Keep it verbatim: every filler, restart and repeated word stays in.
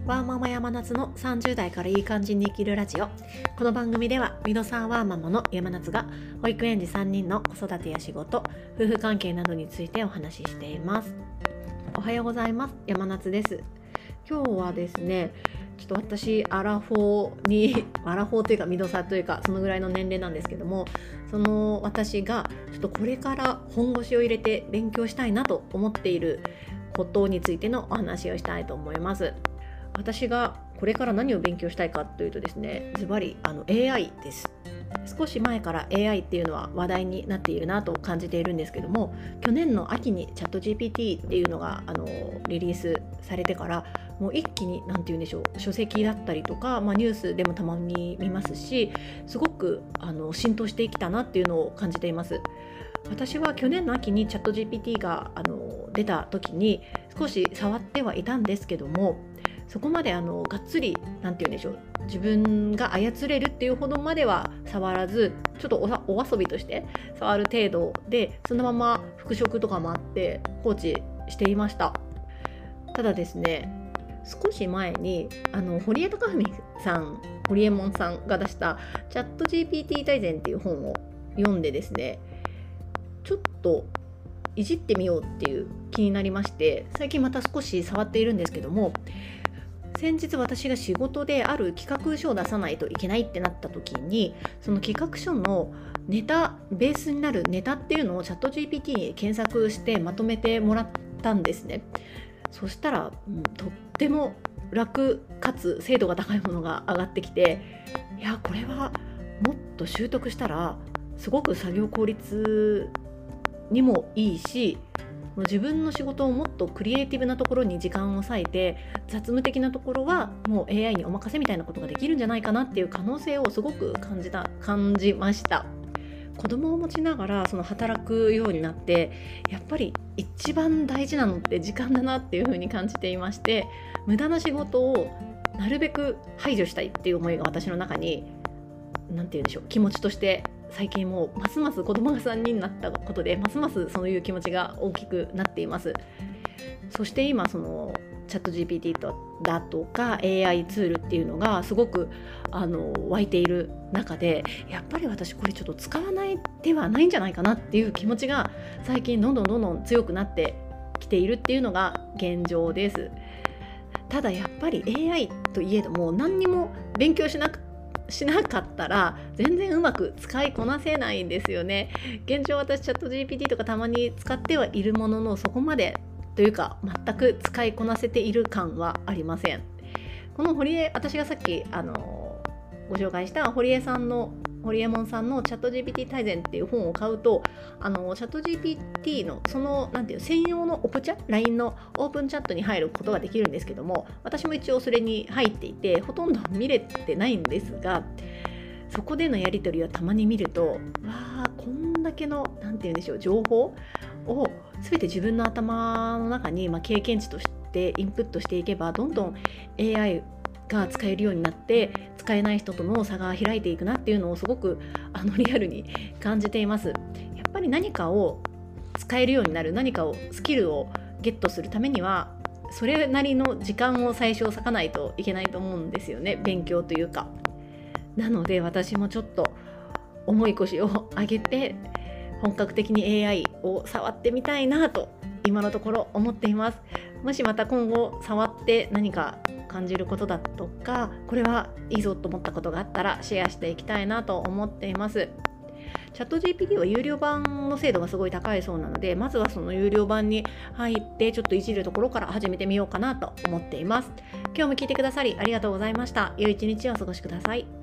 ワーママ山夏のさんじゅう代からいい感じに生きるラジオ。この番組ではミドサーワーママの山夏が保育園児さんにんの子育てや仕事、夫婦関係などについてお話ししています。おはようございます。山夏です。今日はですね、ちょっと私アラフォーにアラフォーというかミドサーというかそのぐらいの年齢なんですけども、その私がちょっとこれから本腰を入れて勉強したいなと思っていることについてのお話をしたいと思います。私がこれから何を勉強したいかというとですね、ズバリあの エーアイ です。少し前から エーアイ っていうのは話題になっているなと感じているんですけども、去年の秋にチャット ジーピーティー っていうのがあのリリースされてからもう一気に何て言うんでしょう、書籍だったりとか、まあ、ニュースでもたまに見ますし、すごくあの浸透してきたなっていうのを感じています。私は去年の秋にチャット ジーピーティー があの出た時に少し触ってはいたんですけども、そこまであのがっつりなんて言うんでしょう、自分が操れるっていうほどまでは触らず、ちょっと お, お遊びとして触る程度で、そのまま復職とかもあって放置していました。ただですね、少し前にあの堀江貴文さん堀江門さんが出したチャット ジーピーティー 大全っていう本を読んでですね、ちょっといじってみようっていう気になりまして、最近また少し触っているんですけども、先日私が仕事である企画書を出さないといけないってなった時に、その企画書のネタベースになるネタっていうのをチャット ジーピーティー に検索してまとめてもらったんですね。そしたら、うん、とっても楽かつ精度が高いものが上がってきて、いやこれはもっと習得したらすごく作業効率にもいいし、自分の仕事をもっとクリエイティブなところに時間を割いて、雑務的なところはもう エーアイ にお任せみたいなことができるんじゃないかなっていう可能性をすごく感じた感じました。子供を持ちながらその働くようになって、やっぱり一番大事なのって時間だなっていうふうに感じていまして、無駄な仕事をなるべく排除したいっていう思いが私の中になんて言うんでしょう、気持ちとして最近もうますます子供がさんにんになったことでますますそういう気持ちが大きくなっています。そして今そのチャット ジーピーティー だとか エーアイ ツールっていうのがすごくあの湧いている中で、やっぱり私これちょっと使わない手はないんじゃないかなっていう気持ちが最近どんどんどんどん強くなってきているっていうのが現状です。ただやっぱり エーアイ といえども何にも勉強しなくてしなかったら全然うまく使いこなせないんですよね。現状私チャット ジーピーティー とかたまに使ってはいるものの、そこまでというか全く使いこなせている感はありません。この堀江、私がさっきあのご紹介した堀江さんの堀江門さんのチャット ジーピーティー 大全っていう本を買うと、あのチャット ジーピーティー のそのなんていう専用のオプチャ ライン のオープンチャットに入ることができるんですけども、私も一応それに入っていてほとんど見れてないんですが、そこでのやり取りをたまに見ると、わあこんだけのなんていうんでしょう、情報を全て自分の頭の中に、まあ、経験値としてインプットしていけば、どんどん エーアイ が使えるようになって使えない人との差が開いていくなっていうのをすごくあのリアルに感じています。やっぱり何かを使えるようになる、何かをスキルをゲットするためにはそれなりの時間を最初割かないといけないと思うんですよね、勉強というか。なので私もちょっと重い腰を上げて本格的に エーアイ を触ってみたいなと今のところ思っています。もしまた今後触って何か感じることだとか、これはいいぞと思ったことがあったらシェアしていきたいなと思っています。チャット ジーピーティー は有料版の精度がすごい高いそうなので、まずはその有料版に入ってちょっといじるところから始めてみようかなと思っています。今日も聞いてくださりありがとうございました。良い一日をお過ごしください。